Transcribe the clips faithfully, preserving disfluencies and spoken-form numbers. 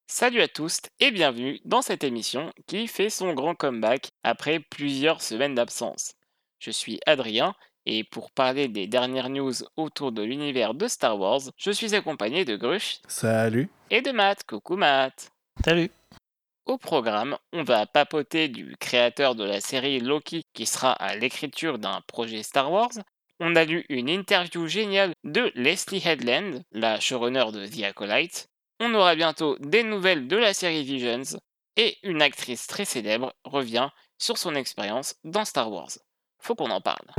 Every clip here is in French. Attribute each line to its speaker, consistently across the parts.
Speaker 1: Salut à tous et bienvenue dans cette émission qui fait son grand comeback après plusieurs semaines d'absence. Je suis Adrien et pour parler des dernières news autour de l'univers de Star Wars, je suis accompagné de Grush
Speaker 2: Salut.
Speaker 1: et de Matt. Coucou Matt.
Speaker 3: Salut.
Speaker 1: Au programme, on va papoter du créateur de la série Loki qui sera à l'écriture d'un projet Star Wars. On a lu une interview géniale de Leslie Headland, la showrunner de The Acolyte. On aura bientôt des nouvelles de la série Visions. Et une actrice très célèbre revient sur son expérience dans Star Wars. Faut qu'on en parle.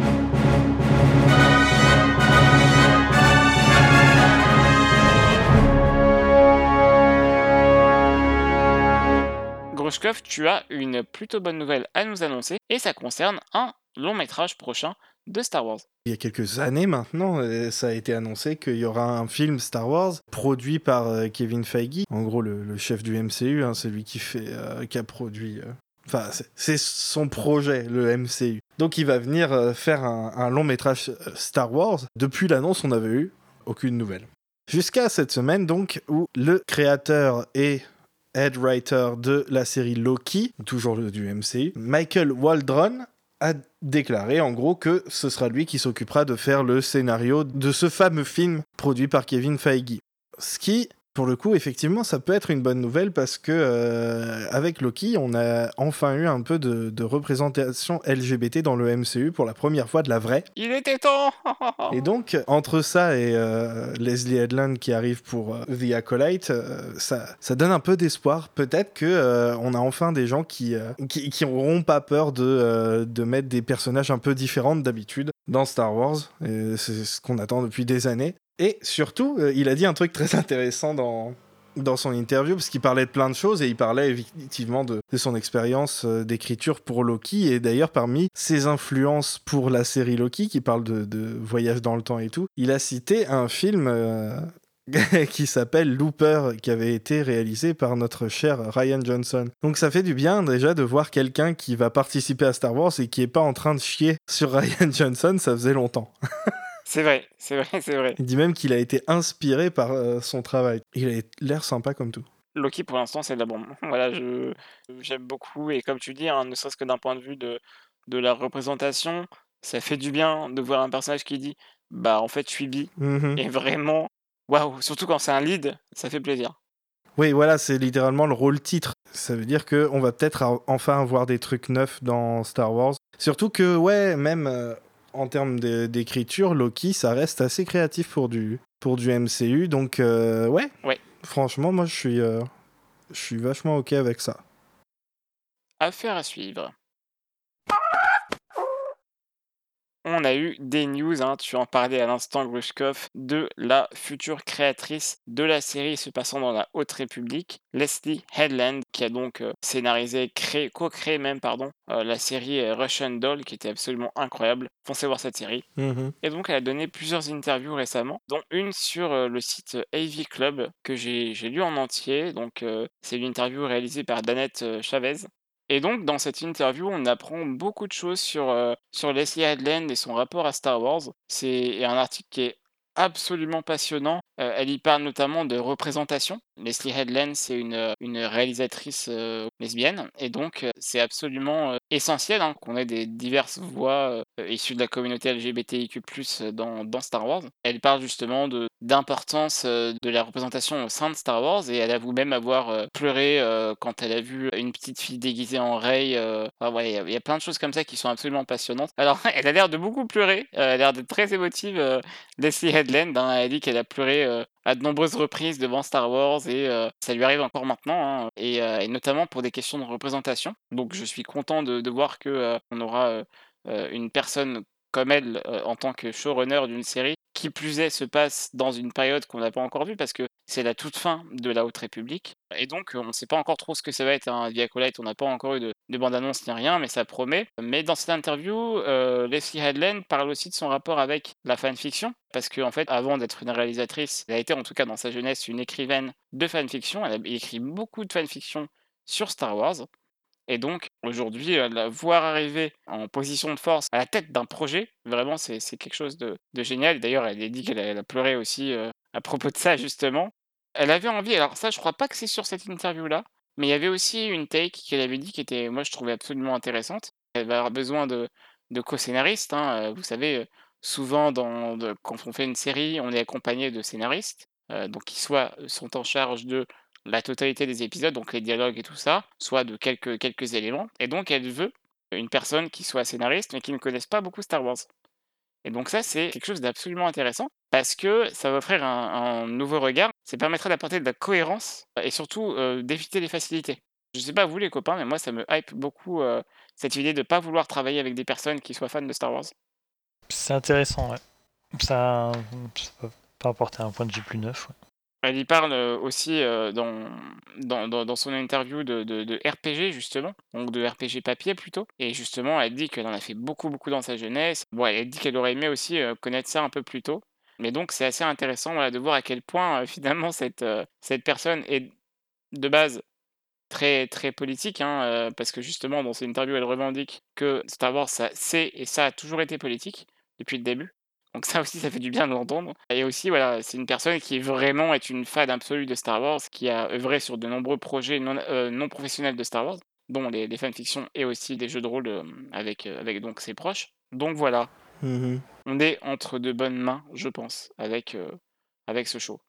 Speaker 1: Grushkov, tu as une plutôt bonne nouvelle à nous annoncer et ça concerne un long métrage prochain de Star Wars.
Speaker 2: Il y a quelques années maintenant, euh, ça a été annoncé qu'il y aura un film Star Wars produit par euh, Kevin Feige, en gros le, le chef du M C U, hein, c'est lui qui, fait, euh, qui a produit... euh, Enfin, c'est, c'est son projet, le M C U. Donc il va venir euh, faire un, un long métrage euh, Star Wars. Depuis l'annonce, on n'avait eu aucune nouvelle. Jusqu'à cette semaine donc, où le créateur et head writer de la série Loki, toujours du M C U, Michael Waldron, a déclaré en gros que ce sera lui qui s'occupera de faire le scénario de ce fameux film produit par Kevin Feige. Ce qui, pour le coup, effectivement, ça peut être une bonne nouvelle parce que euh, avec Loki, on a enfin eu un peu de, de représentation L G B T dans le M C U pour la première fois, de la vraie.
Speaker 1: Il était temps.
Speaker 2: Et donc, entre ça et euh, Leslie Headland qui arrive pour euh, The Acolyte, euh, ça, ça donne un peu d'espoir. Peut-être que euh, on a enfin des gens qui, euh, qui, qui auront pas peur de, euh, de mettre des personnages un peu différents d'habitude dans Star Wars. Et c'est ce qu'on attend depuis des années. Et surtout, euh, il a dit un truc très intéressant dans, dans son interview, parce qu'il parlait de plein de choses, et il parlait effectivement de, de son expérience euh, d'écriture pour Loki, et d'ailleurs parmi ses influences pour la série Loki, qui parle de, de voyage dans le temps et tout, il a cité un film euh, qui s'appelle Looper, qui avait été réalisé par notre cher Ryan Johnson. Donc ça fait du bien déjà de voir quelqu'un qui va participer à Star Wars et qui est pas en train de chier sur Ryan Johnson, ça faisait longtemps.
Speaker 1: C'est vrai, c'est vrai, c'est vrai.
Speaker 2: Il dit même qu'il a été inspiré par euh, son travail. Il a l'air sympa comme tout.
Speaker 1: Loki, pour l'instant, c'est de la bombe. Voilà, je j'aime beaucoup et comme tu dis, hein, ne serait-ce que d'un point de vue de de la représentation, ça fait du bien de voir un personnage qui dit: «Bah, en fait, je suis bi»
Speaker 2: Mm-hmm.
Speaker 1: et vraiment, waouh, surtout quand c'est un lead, ça fait plaisir.
Speaker 2: Oui, voilà, c'est littéralement le rôle titre. Ça veut dire qu'on va peut-être a- enfin avoir des trucs neufs dans Star Wars. Surtout que, ouais, même euh, en termes de- d'écriture, Loki, ça reste assez créatif pour du, pour du M C U. Donc, euh, ouais.
Speaker 1: Ouais.
Speaker 2: Franchement, moi, je suis, euh, je suis vachement OK avec ça.
Speaker 1: Affaire à suivre. On a eu des news, hein, tu en parlais à l'instant, Grushkov, de la future créatrice de la série se passant dans la Haute République, Leslie Headland, qui a donc euh, scénarisé, créé, co-créé même, pardon, euh, la série euh, Russian Doll, qui était absolument incroyable. Foncez voir cette série.
Speaker 2: Mm-hmm.
Speaker 1: Et donc, elle a donné plusieurs interviews récemment, dont une sur euh, le site A V Club, que j'ai j'ai lu en entier. Donc, euh, c'est une interview réalisée par Danette euh, Chavez. Et donc, dans cette interview, on apprend beaucoup de choses sur, euh, sur Leslie Headland et son rapport à Star Wars. C'est un article qui est absolument passionnant. Euh, elle y parle notamment de représentation. Leslie Headland, c'est une, euh, une réalisatrice euh, lesbienne. Et donc, euh, c'est absolument euh, essentiel hein, qu'on ait des diverses voix euh, issues de la communauté L G B T I Q plus, dans, dans Star Wars. Elle parle justement de d'importance euh, de la représentation au sein de Star Wars et elle avoue même avoir euh, pleuré euh, quand elle a vu une petite fille déguisée en Rey. Euh... Enfin, ouais, il y, a- il y a plein de choses comme ça qui sont absolument passionnantes. Alors, elle a l'air de beaucoup pleurer, euh, elle a l'air d'être très émotive, euh, Leslie Headland. Hein. Elle dit qu'elle a pleuré euh, à de nombreuses reprises devant Star Wars et euh, ça lui arrive encore maintenant, hein, et, euh, et notamment pour des questions de représentation. Donc, je suis content de, de voir que euh, on aura euh, euh, une personne comme elle euh, en tant que showrunner d'une série qui plus est se passe dans une période qu'on n'a pas encore vue parce que c'est la toute fin de la Haute République et donc euh, on ne sait pas encore trop ce que ça va être un The Acolyte, on n'a pas encore eu de, de bande-annonce ni rien mais ça promet. Mais dans cette interview, euh, Leslie Headland parle aussi de son rapport avec la fanfiction parce qu'en en fait avant d'être une réalisatrice, elle a été en tout cas dans sa jeunesse une écrivaine de fanfiction, elle a écrit beaucoup de fanfiction sur Star Wars. Et donc, aujourd'hui, heu, la voir arriver en position de force à la tête d'un projet, vraiment, c'est c'est quelque chose de de génial. D'ailleurs, elle a dit qu'elle a elle a pleuré aussi, heu, à propos de ça, justement. Elle avait envie, alors ça, je crois pas que c'est sur cette interview-là, mais il y avait aussi une take qu'elle avait dit qui était, moi, je trouvais absolument intéressante. Elle va avoir besoin de de co-scénaristes, hein, heu, vous savez, heu, souvent dans de quand on fait une série, on est accompagné de scénaristes, heu, donc qui soit, heu, sont en charge de la totalité des épisodes, donc les dialogues et tout ça, soit de quelques quelques éléments et donc elle veut une personne qui soit scénariste, mais qui ne connaisse pas beaucoup Star Wars. Et donc ça, c'est quelque chose d'absolument intéressant parce que ça va offrir un un nouveau regard. Ça permettrait d'apporter de la cohérence et surtout, heu, d'éviter les facilités. Je sais pas vous les copains, mais moi ça me hype beaucoup, heu, cette idée de pas vouloir travailler avec des personnes qui soient fans de Star Wars.
Speaker 3: C'est intéressant, ouais. Ça, ça peut peut apporter un point de vue plus neuf, ouais.
Speaker 1: Elle y parle, heu, aussi, heu, dans dans dans dans son interview de de de R P G justement, donc de R P G papier plutôt et justement elle dit qu'elle en a fait beaucoup, beaucoup dans sa jeunesse. Bon, elle dit qu'elle aurait aimé aussi, heu, connaître ça un peu plus tôt, mais donc c'est assez intéressant, voilà, de voir à quel point, heu, finalement cette, heu, cette personne est de base très, très politique, hein, heu, parce que justement dans son interview, elle revendique que Star Wars ça c'est et ça a toujours été politique, depuis le début. Donc ça aussi, ça fait du bien de l'entendre et aussi voilà, c'est une personne qui vraiment est une fan absolue de Star Wars, qui a œuvré sur de nombreux projets non heu, non professionnels de Star Wars, dont les les fanfictions et aussi des jeux de rôle, hem, avec, heu, avec donc ses proches. Donc voilà,
Speaker 2: Mmh.
Speaker 1: on est entre de bonnes mains, je pense, avec, heu, avec ce show.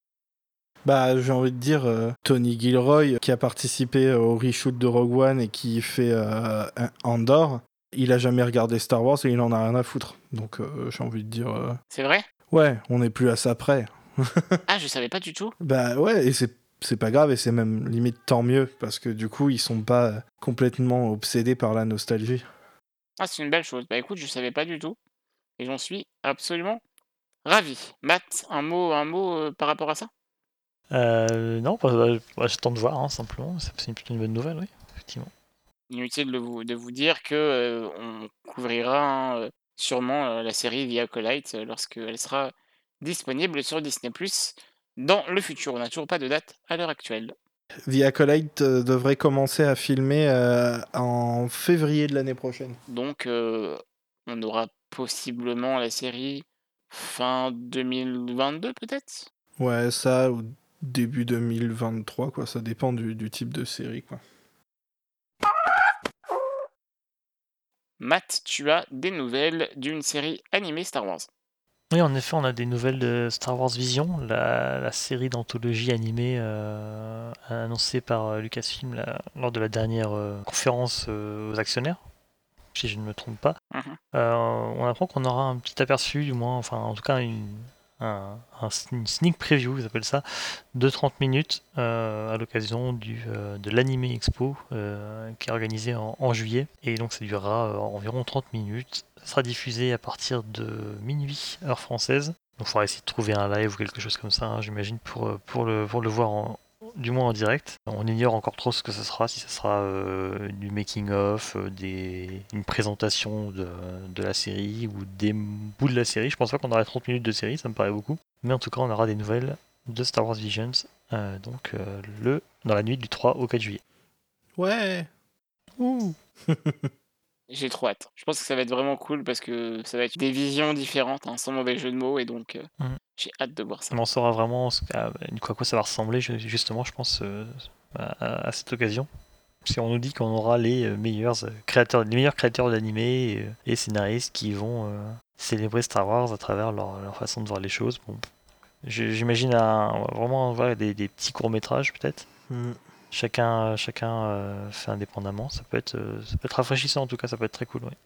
Speaker 2: Bah, j'ai envie de dire, heu, Tony Gilroy, qui a participé au reshoot de Rogue One et qui fait, heu, un Andor, il a jamais regardé Star Wars et il en a rien à foutre. Donc, heu, j'ai envie de dire, heu,
Speaker 1: C'est vrai?
Speaker 2: ouais, on n'est plus à ça près.
Speaker 1: Ah, je savais pas du tout.
Speaker 2: Bah, ouais et c'est c'est pas grave et c'est même limite tant mieux parce que du coup, ils sont pas, heu, complètement obsédés par la nostalgie.
Speaker 1: Ah, c'est une belle chose. Bah, écoute, je savais pas du tout et j'en suis absolument ravi. Matt, un mot un mot, heu, par rapport à ça?
Speaker 3: Euh, non, bah, bah, bah, j'attends de voir, hein, simplement. C'est c'est plutôt une bonne nouvelle, oui, effectivement.
Speaker 1: Inutile de vous de vous dire que, heu, on couvrira, hein, heu, sûrement, heu, la série The Acolyte, heu, lorsqu'elle sera disponible sur Disney+ dans le futur. On n'a toujours pas de date à l'heure actuelle.
Speaker 2: The Acolyte, heu, devrait commencer à filmer, heu, en février de l'année prochaine.
Speaker 1: Donc, heu, on aura possiblement la série fin deux mille vingt-deux peut-être?
Speaker 2: Ouais, ça ou début deux mille vingt-trois, quoi, ça dépend du du type de série, quoi.
Speaker 1: Matt, tu as des nouvelles d'une série animée Star Wars?
Speaker 3: Oui, en effet, on a des nouvelles de Star Wars Vision, la, la série d'anthologie animée euh, annoncée par euh, Lucasfilm la- lors de la dernière euh, conférence euh, aux actionnaires, si je ne me trompe pas.
Speaker 1: Mmh.
Speaker 3: Euh, on apprend qu'on aura un petit aperçu, du moins, enfin, en tout cas, une, un, un une sneak preview, ils appellent ça, de trente minutes euh, à l'occasion du, euh, de l'Anime Expo euh, qui est organisé en, en juillet. Et donc, ça durera euh, environ trente minutes. Ça sera diffusé à partir de minuit, heure française. Donc, il faudra essayer de trouver un live ou quelque chose comme ça, hein, j'imagine, pour, euh, pour, le, pour le voir en, du moins en direct. On ignore encore trop ce que ce sera, si ce sera euh, du making-of, euh, des... une présentation de, de la série ou des bouts de la série. Je pense pas qu'on aura trente minutes de série, ça me paraît beaucoup. Mais en tout cas, on aura des nouvelles de Star Wars Visions euh, donc euh, le, dans la nuit du trois au quatre juillet.
Speaker 2: Ouais!
Speaker 3: Ouh.
Speaker 1: J'ai trop hâte. Je pense que ça va être vraiment cool parce que ça va être des visions différentes, hein, sans mauvais jeu de mots et donc, heu,
Speaker 3: Mm.
Speaker 1: j'ai hâte de voir ça.
Speaker 3: On en saura vraiment ce à, à quoi ça va ressembler, justement, je pense, euh, à, à cette occasion. Si on nous dit qu'on aura les meilleurs créateurs, les meilleurs créateurs d'animés et, et scénaristes qui vont euh, célébrer Star Wars à travers leur, leur façon de voir les choses. Bon, j'imagine un, vraiment voilà, des, des petits courts métrages peut-être.
Speaker 2: Mmh.
Speaker 3: Chacun, chacun euh, fait indépendamment. Ça peut être, euh, ça peut être rafraîchissant en tout cas. Ça peut être très cool. Ouais.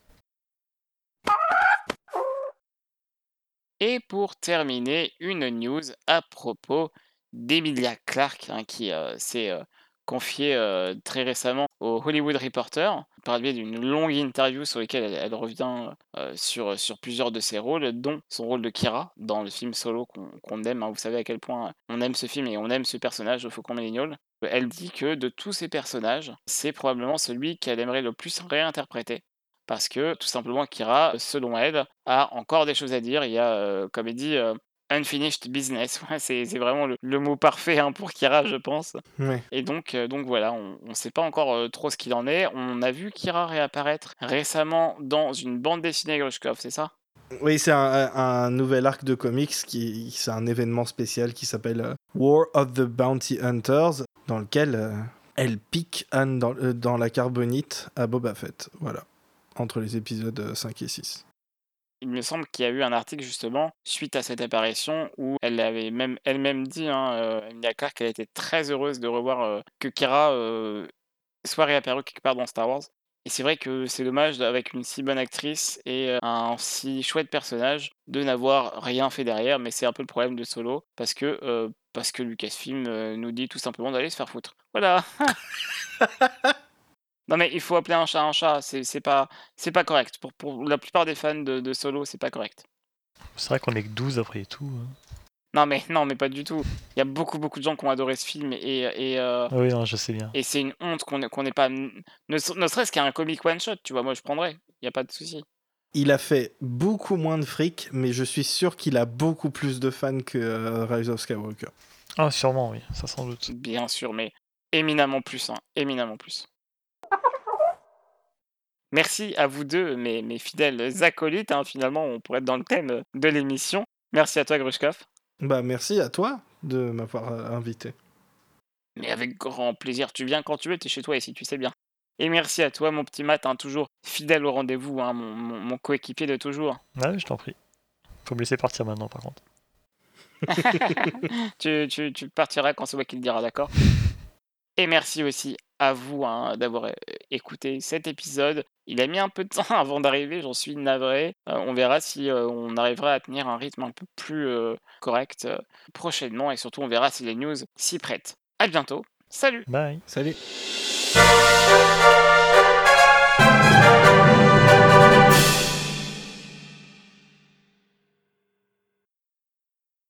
Speaker 1: Et pour terminer, une news à propos d'Emilia Clarke, hein, qui, heu, s'est, heu, confiée, heu, très récemment au Hollywood Reporter, par le biais d'une longue interview sur laquelle elle elle revient, heu, sur, sur plusieurs de ses rôles, dont son rôle de Kira dans le film Solo qu'on qu'on aime, hein. Vous savez à quel point on aime ce film et on aime ce personnage, le Faucon Millennial. Elle dit que de tous ces personnages, c'est probablement celui qu'elle aimerait le plus réinterpréter. Parce que tout simplement Kira, selon elle, a encore des choses à dire. Il y a, heu, comme elle dit, heu, unfinished business. Ouais, c'est c'est vraiment le le mot parfait, hein, pour Kira, je pense.
Speaker 2: Ouais.
Speaker 1: Et donc heu, donc voilà, on ne sait pas encore, heu, trop ce qu'il en est. On a vu Kira réapparaître récemment dans une bande dessinée Grushkov, c'est ça?
Speaker 2: Oui, c'est un, un nouvel arc de comics, qui, c'est un événement spécial qui s'appelle euh, War of the Bounty Hunters, dans lequel euh, elle pique Anne dans, euh, dans la carbonite à Boba Fett. Voilà, entre les épisodes cinq et six.
Speaker 1: Il me semble qu'il y a eu un article justement suite à cette apparition où elle avait même elle-même dit, hein, euh, Emilia Clarke, qu'elle était très heureuse de revoir euh, que Kira euh, soit réapparue quelque part dans Star Wars. Et c'est vrai que c'est dommage, avec une si bonne actrice et euh, un si chouette personnage, de n'avoir rien fait derrière. Mais c'est un peu le problème de Solo, parce que, euh, parce que Lucasfilm euh, nous dit tout simplement d'aller se faire foutre. Voilà. Non mais il faut appeler un chat un chat, c'est c'est pas, c'est pas correct. Pour, pour la plupart des fans de, de Solo, c'est pas correct.
Speaker 3: C'est vrai qu'on est que douze après tout. hein.
Speaker 1: Non mais non mais pas du tout. Il y a beaucoup beaucoup de gens qui ont adoré ce film et, et, euh,
Speaker 3: Ah oui, non, je sais bien.
Speaker 1: et c'est une honte qu'on ait- qu'on n'ait pas... Ne, ne serait-ce qu'un comic one-shot, tu vois, moi je prendrais, il n'y a pas de souci.
Speaker 2: Il a fait beaucoup moins de fric, mais je suis sûr qu'il a beaucoup plus de fans que euh, Rise of Skywalker.
Speaker 3: Ah, sûrement, oui, ça sans doute.
Speaker 1: Bien sûr, mais éminemment plus, hein, éminemment plus. Merci à vous deux, mes, mes fidèles acolytes, hein, finalement on pourrait être dans le thème de l'émission. Merci à toi Grushkov.
Speaker 2: Bah merci à toi de m'avoir euh, invité.
Speaker 1: Mais avec grand plaisir, tu viens quand tu veux, t'es chez toi ici, tu sais bien. Et merci à toi mon petit Matt, hein, toujours fidèle au rendez-vous, hein, mon, mon, mon coéquipier de toujours.
Speaker 3: Ouais, je t'en prie. Faut me laisser partir maintenant, par contre.
Speaker 1: tu, tu, tu partiras quand c'est moi qui le dira, d'accord? Et merci aussi à vous, hein, d'avoir euh, écouté cet épisode. Il a mis un peu de temps avant d'arriver, j'en suis navré. Euh, on verra si euh, on arrivera à tenir un rythme un peu plus euh, correct euh, prochainement, et surtout on verra si les news s'y prêtent. À bientôt, salut!
Speaker 3: Bye.
Speaker 2: Salut.